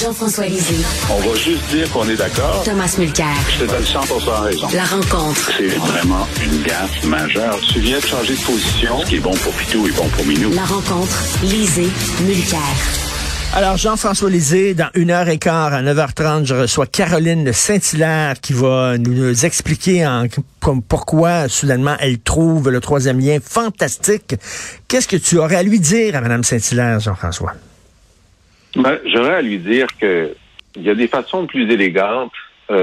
Jean-François Lisée. On va juste dire qu'on est d'accord. Thomas Mulcair. Je te donne 100% raison. La rencontre. C'est vraiment une gaffe majeure. Tu viens de changer de position. Ce qui est bon pour Pitou est bon pour Minou. La rencontre. Lisée. Mulcair. Alors, Jean-François Lisée, dans 1h15 à 9h30, je reçois Caroline de Saint-Hilaire qui va nous expliquer pourquoi, soudainement, elle trouve le troisième lien fantastique. Qu'est-ce que tu aurais à lui dire à Mme Saint-Hilaire, Jean-François? J'aurais à lui dire que il y a des façons plus élégantes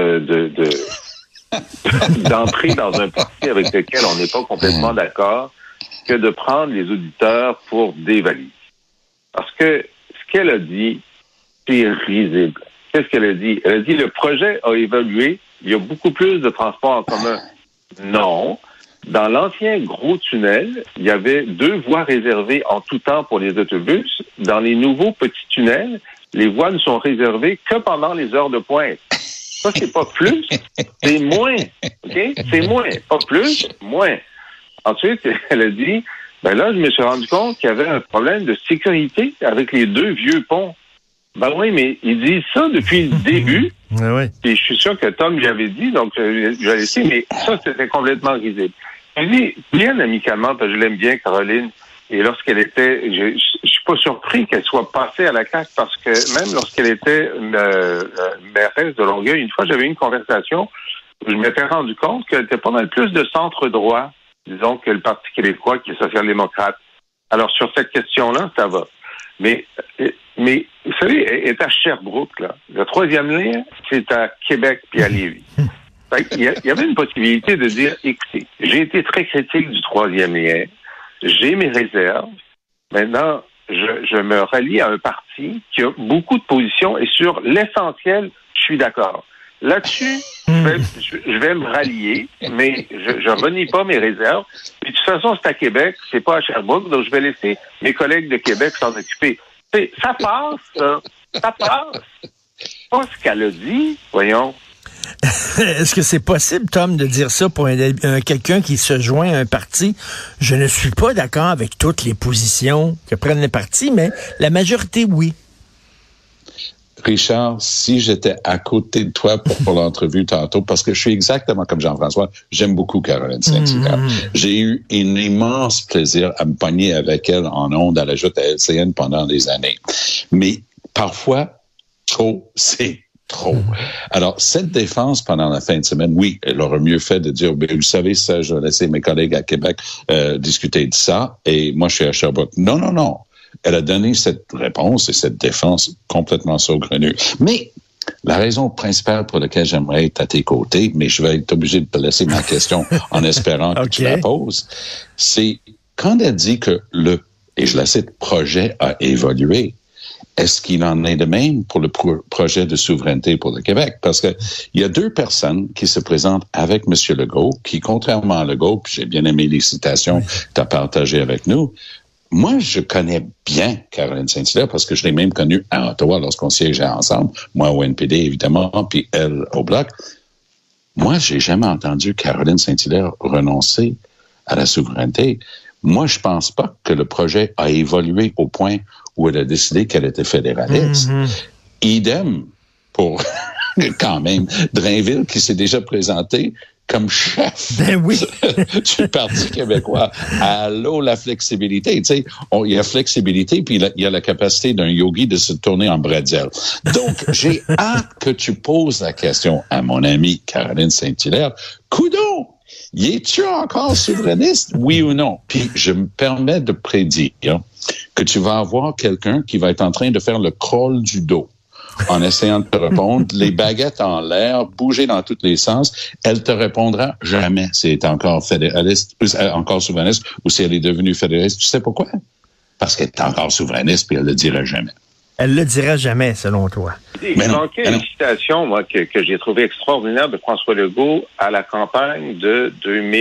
d'entrer dans un parti avec lequel on n'est pas complètement d'accord que de prendre les auditeurs pour des valises. Parce que ce qu'elle a dit, c'est risible. Qu'est-ce qu'elle a dit? Elle a dit le projet a évolué, il y a beaucoup plus de transports en commun. Non. Dans l'ancien gros tunnel, il y avait 2 voies réservées en tout temps pour les autobus. Dans les nouveaux petits tunnels, les voies ne sont réservées que pendant les heures de pointe. Ça, c'est pas plus, c'est moins. OK? C'est moins. Pas plus, moins. Ensuite, elle a dit, là, je me suis rendu compte qu'il y avait un problème de sécurité avec les 2 vieux ponts. Oui, mais ils disent ça depuis le début. Oui. Et je suis sûr que Tom lui avait dit, donc je vais laisser, mais ça, c'était complètement risible. Je dis, bien amicalement, parce que je l'aime bien, Caroline, et lorsqu'elle était, je suis pas surpris qu'elle soit passée à la CAQ, parce que même lorsqu'elle était mairesse de Longueuil, une fois, j'avais une conversation où je m'étais rendu compte qu'elle était pas mal plus de centre-droit, disons, que le Parti québécois, qui est social-démocrate. Alors, sur cette question-là, ça va. Mais vous savez, elle est à Sherbrooke, là. Le troisième lien, c'est à Québec puis à Lévis. Il y avait une possibilité de dire, écoutez, j'ai été très critique du troisième lien, j'ai mes réserves, maintenant, je me rallie à un parti qui a beaucoup de positions et sur l'essentiel, je suis d'accord. Là-dessus, je vais me rallier, mais je renie pas mes réserves. Puis de toute façon, c'est à Québec, c'est pas à Sherbrooke, donc je vais laisser mes collègues de Québec s'en occuper. Ça passe, ça. Ça passe. Pas ce qu'elle a dit, voyons. Est-ce que c'est possible, Tom, de dire ça pour quelqu'un qui se joint à un parti? Je ne suis pas d'accord avec toutes les positions que prennent les partis, mais la majorité, oui. Richard, si j'étais à côté de toi pour l'entrevue tantôt, parce que je suis exactement comme Jean-François, j'aime beaucoup Caroline Saint-Hilaire. J'ai eu un immense plaisir à me pogner avec elle en ondes à la joute à LCN pendant des années. Mais parfois, trop, c'est trop. Alors, cette défense pendant la fin de semaine, oui, elle aurait mieux fait de dire, vous savez, ça, je vais laisser mes collègues à Québec discuter de ça, et moi, je suis à Sherbrooke. Non. Elle a donné cette réponse et cette défense complètement saugrenue. Mais la raison principale pour laquelle j'aimerais être à tes côtés, mais je vais être obligé de te laisser ma question en espérant que tu la poses, c'est quand elle dit que et je la cite, projet a évolué, est-ce qu'il en est de même pour le projet de souveraineté pour le Québec? Parce que il y a 2 personnes qui se présentent avec M. Legault, qui, contrairement à Legault, puis j'ai bien aimé les citations que tu as partagées avec nous, moi, je connais bien Caroline Saint-Hilaire parce que je l'ai même connue à Ottawa lorsqu'on siégeait ensemble. Moi au NPD, évidemment, puis elle au Bloc. Moi, j'ai jamais entendu Caroline Saint-Hilaire renoncer à la souveraineté. Moi, je pense pas que le projet a évolué au point où elle a décidé qu'elle était fédéraliste. Idem pour, quand même, Drainville qui s'est déjà présenté comme chef du Parti québécois. Allô, la flexibilité. Tu sais, il y a flexibilité, puis il y a la capacité d'un yogi de se tourner en bretzel. Donc, j'ai hâte que tu poses la question à mon amie Caroline Saint-Hilaire. Coudon! Y es-tu encore souverainiste, oui ou non? Puis, je me permets de prédire que tu vas avoir quelqu'un qui va être en train de faire le crawl du dos en essayant de te répondre, les baguettes en l'air, bouger dans tous les sens. Elle te répondra jamais si elle est encore fédéraliste, encore souverainiste, ou si elle est devenue fédéraliste. Tu sais pourquoi? Parce qu'elle est encore souverainiste, puis elle le dira jamais. Elle le dira jamais, selon toi. Il manquait une citation, moi, que j'ai trouvée extraordinaire de François Legault à la campagne de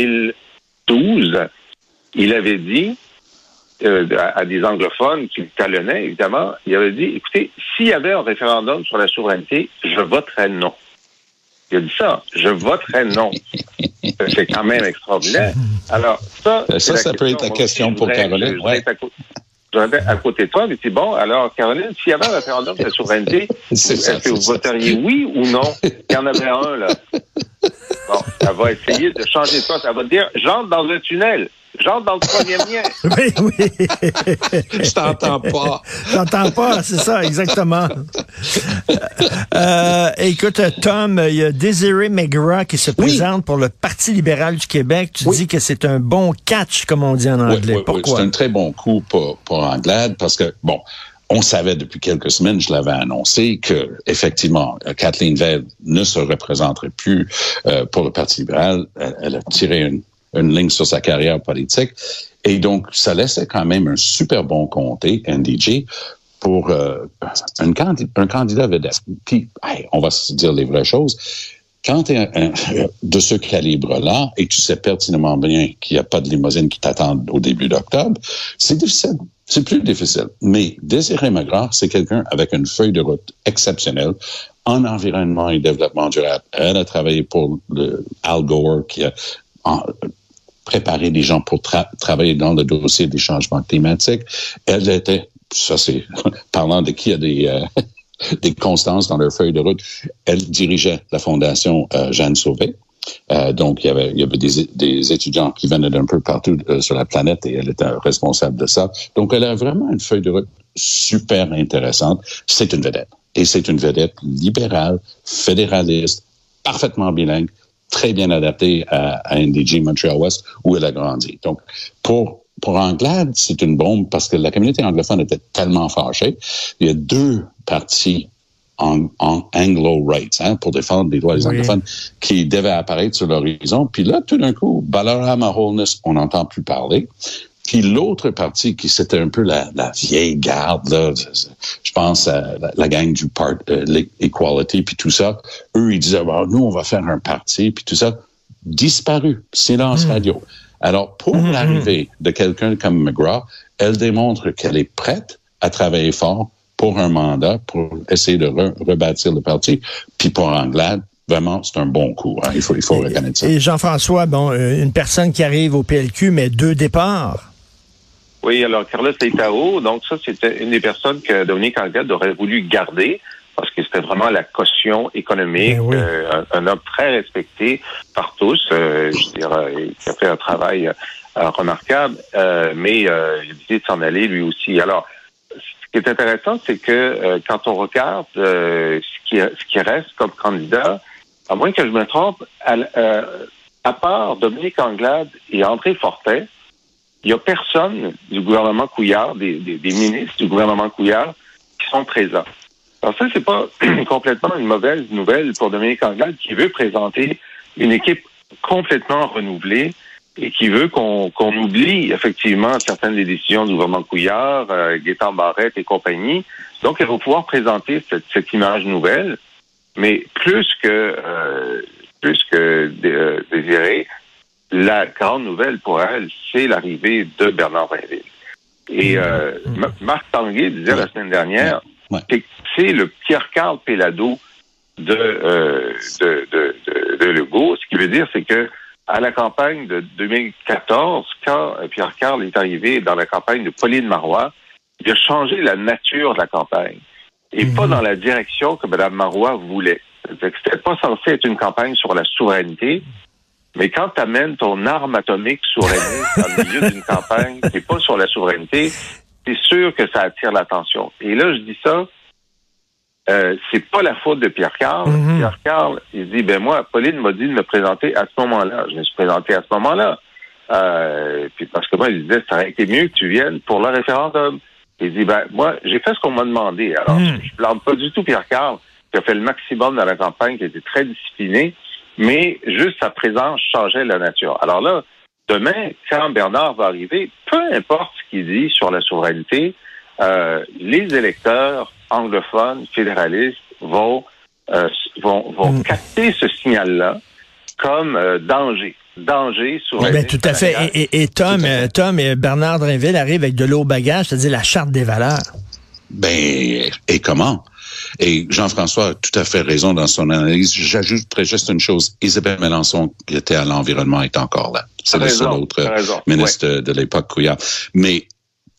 2012. Il avait dit, à des anglophones qui le talonnaient, évidemment, il avait dit, écoutez, s'il y avait un référendum sur la souveraineté, je voterais non. Il a dit ça, je voterais non. C'est quand même extraordinaire. Alors, ça peut être la question pour Caroline. j'aurais à côté de toi, mais c'est bon, alors, Caroline, s'il y avait un référendum de la souveraineté, est-ce que vous voteriez oui ou non? Il y en avait un, là. Bon, ça va essayer de changer ça. Ça va dire, j'entre dans un tunnel. J'entre dans le troisième lien. Oui. Je t'entends pas. Je t'entends pas, c'est ça, exactement. Écoute, Tom, il y a Desiree McGrath qui se présente pour le Parti libéral du Québec. Tu dis que c'est un bon catch, comme on dit en anglais. Pourquoi? C'est un très bon coup pour Anglade parce que, bon, on savait depuis quelques semaines, je l'avais annoncé, que effectivement, Kathleen Wade ne se représenterait plus pour le Parti libéral. Elle a tiré une ligne sur sa carrière politique. Et donc, ça laissait quand même un super bon comté, NDG, pour un candidat vedette. Puis, on va se dire les vraies choses. Quand tu es de ce calibre-là et tu sais pertinemment bien qu'il n'y a pas de limousine qui t'attend au début d'octobre, c'est difficile. C'est plus difficile. Mais Desiree McGrath, c'est quelqu'un avec une feuille de route exceptionnelle en environnement et développement durable. Elle a travaillé pour Al Gore, qui a préparé des gens pour travailler dans le dossier des changements climatiques. Elle était, ça c'est, parlant de qui a des constances dans leur feuille de route, elle dirigeait la fondation Jeanne Sauvé. Donc, il y avait des étudiants qui venaient d'un peu partout sur la planète et elle était responsable de ça. Donc, elle a vraiment une feuille de route super intéressante. C'est une vedette. Et c'est une vedette libérale, fédéraliste, parfaitement bilingue, très bien adaptée à NDG Montréal-Ouest, où elle a grandi. Donc, pour Anglade, c'est une bombe parce que la communauté anglophone était tellement fâchée. Il y a deux partis en Anglo-Rights, pour défendre les droits des anglophones, qui devaient apparaître sur l'horizon. Puis là, tout d'un coup, Balarama Holness, on n'entend plus parler. Puis l'autre parti, qui c'était un peu la vieille garde, là, je pense à la gang du Equality, puis tout ça, eux, ils disaient, nous, on va faire un parti, puis tout ça, disparu, silence radio. Alors, pour l'arrivée de quelqu'un comme McGrath, elle démontre qu'elle est prête à travailler fort pour un mandat, pour essayer de rebâtir le parti. Puis pour Anglade, vraiment, c'est un bon coup. Il faut reconnaître ça. Et Jean-François, une personne qui arrive au PLQ, mais deux départs. Oui, alors Carlos Leitao, donc ça, c'était une des personnes que Dominique Anglade aurait voulu garder parce que c'était vraiment la caution économique, un homme très respecté par tous, je dirais, qui a fait un travail remarquable, mais il a décidé de s'en aller lui aussi. Alors, ce qui est intéressant, c'est que quand on regarde ce qui reste comme candidat, à moins que je me trompe, à part Dominique Anglade et André Fortin, il n'y a personne du gouvernement Couillard, des ministres du gouvernement Couillard, qui sont présents. Alors ça, c'est pas complètement une mauvaise nouvelle pour Dominique Anglade qui veut présenter une équipe complètement renouvelée et qui veut qu'on oublie effectivement certaines des décisions du gouvernement Couillard, Gaétan Barrette et compagnie. Donc, elle va pouvoir présenter cette image nouvelle, mais plus que Désirée, la grande nouvelle pour elle, c'est l'arrivée de Bernard Drinville. Et Marc Tanguay disait la semaine dernière que c'est le Pierre-Carl Péladeau de Legault. Ce qui veut dire, c'est que à la campagne de 2014, quand Pierre-Carl est arrivé dans la campagne de Pauline Marois, il a changé la nature de la campagne. Et pas dans la direction que Mme Marois voulait. C'est-à-dire que c'était pas censé être une campagne sur la souveraineté, mais quand tu amènes ton arme atomique souverainiste dans le milieu d'une campagne qui n'est pas sur la souveraineté, c'est sûr que ça attire l'attention. Et là, je dis ça, c'est pas la faute de Pierre-Carl. Pierre-Carl, il dit, moi, Pauline m'a dit de me présenter à ce moment-là. Je me suis présenté à ce moment-là. Puis parce que moi, il disait, ça aurait été mieux que tu viennes pour le référendum. Il dit, moi, j'ai fait ce qu'on m'a demandé. Alors, je blâme pas du tout Pierre-Carl, qui a fait le maximum dans la campagne, qui était très discipliné, mais juste sa présence changeait la nature. Alors là, demain, quand Bernard va arriver, peu importe ce qu'il dit sur la souveraineté, les électeurs anglophones, fédéralistes, vont capter ce signal-là comme danger. Danger souveraineté. Tout à fait. Et Tom et Bernard Drinville arrivent avec de l'eau au bagage, c'est-à-dire la charte des valeurs. Et comment? Et Jean-François a tout à fait raison dans son analyse. J'ajouterais juste une chose. Isabelle Mélenchon, qui était à l'environnement, est encore là. C'est le seul autre ministre de l'époque Couillard. Mais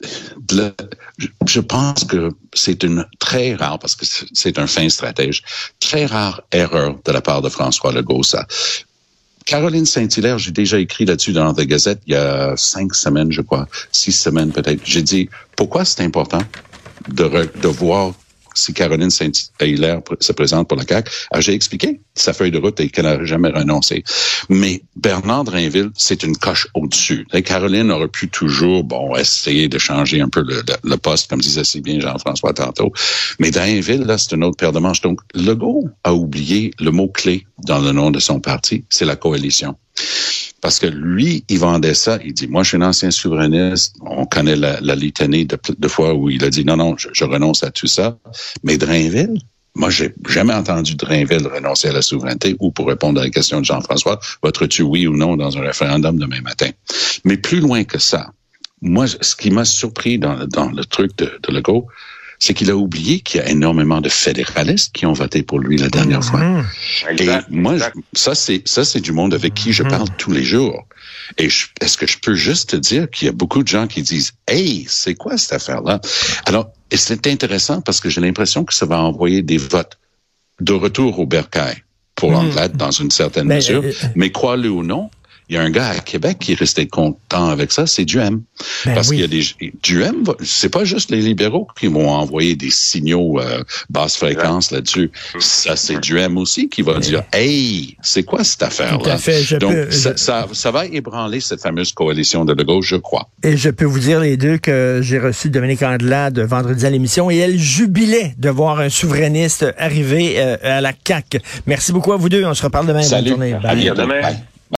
je pense que c'est une très rare, parce que c'est un fin stratège, très rare erreur de la part de François Legault, ça. Caroline Saint-Hilaire, j'ai déjà écrit là-dessus dans la Gazette il y a 5 semaines, je crois, 6 semaines peut-être. J'ai dit, pourquoi c'est important de voir si Caroline Saint-Hilaire se présente pour la CAQ. Alors, j'ai expliqué sa feuille de route et qu'elle n'a jamais renoncé. Mais Bernard Drainville, c'est une coche au-dessus. Et Caroline aurait pu toujours, essayer de changer un peu le poste, comme disait si bien Jean-François tantôt. Mais Drainville, là, c'est une autre paire de manches. Donc, Legault a oublié le mot-clé dans le nom de son parti, c'est la coalition. Parce que lui, il vendait ça. Il dit, moi, je suis un ancien souverainiste. On connaît la litanie de fois où il a dit, non, je renonce à tout ça. Mais Drainville, moi, j'ai jamais entendu Drainville renoncer à la souveraineté ou pour répondre à la question de Jean-François, voteras-tu oui ou non dans un référendum demain matin? Mais plus loin que ça, moi, ce qui m'a surpris dans le truc de Legault, c'est qu'il a oublié qu'il y a énormément de fédéralistes qui ont voté pour lui la dernière fois. Exact, et moi, ça c'est du monde avec qui je parle tous les jours. Et est-ce que je peux juste te dire qu'il y a beaucoup de gens qui disent « Hey, c'est quoi cette affaire-là? » Alors, et c'est intéressant parce que j'ai l'impression que ça va envoyer des votes de retour au bercail pour l'Anglade dans une certaine mesure. Mais crois-le ou non, il y a un gars à Québec qui est resté content avec ça, c'est Duhem. Parce qu'il y a Duhem, c'est pas juste les libéraux qui vont envoyer des signaux basse fréquence là-dessus. Ça, c'est Duhem aussi qui va dire « Hey, c'est quoi cette affaire-là? » Tout à fait. Donc, ça va ébranler cette fameuse coalition de Legault, je crois. Et je peux vous dire, les deux, que j'ai reçu Dominique Andelade vendredi à l'émission et elle jubilait de voir un souverainiste arriver à la CAQ. Merci beaucoup à vous deux. On se reparle demain. Salut. Bonne journée. À bientôt. Demain. Bye.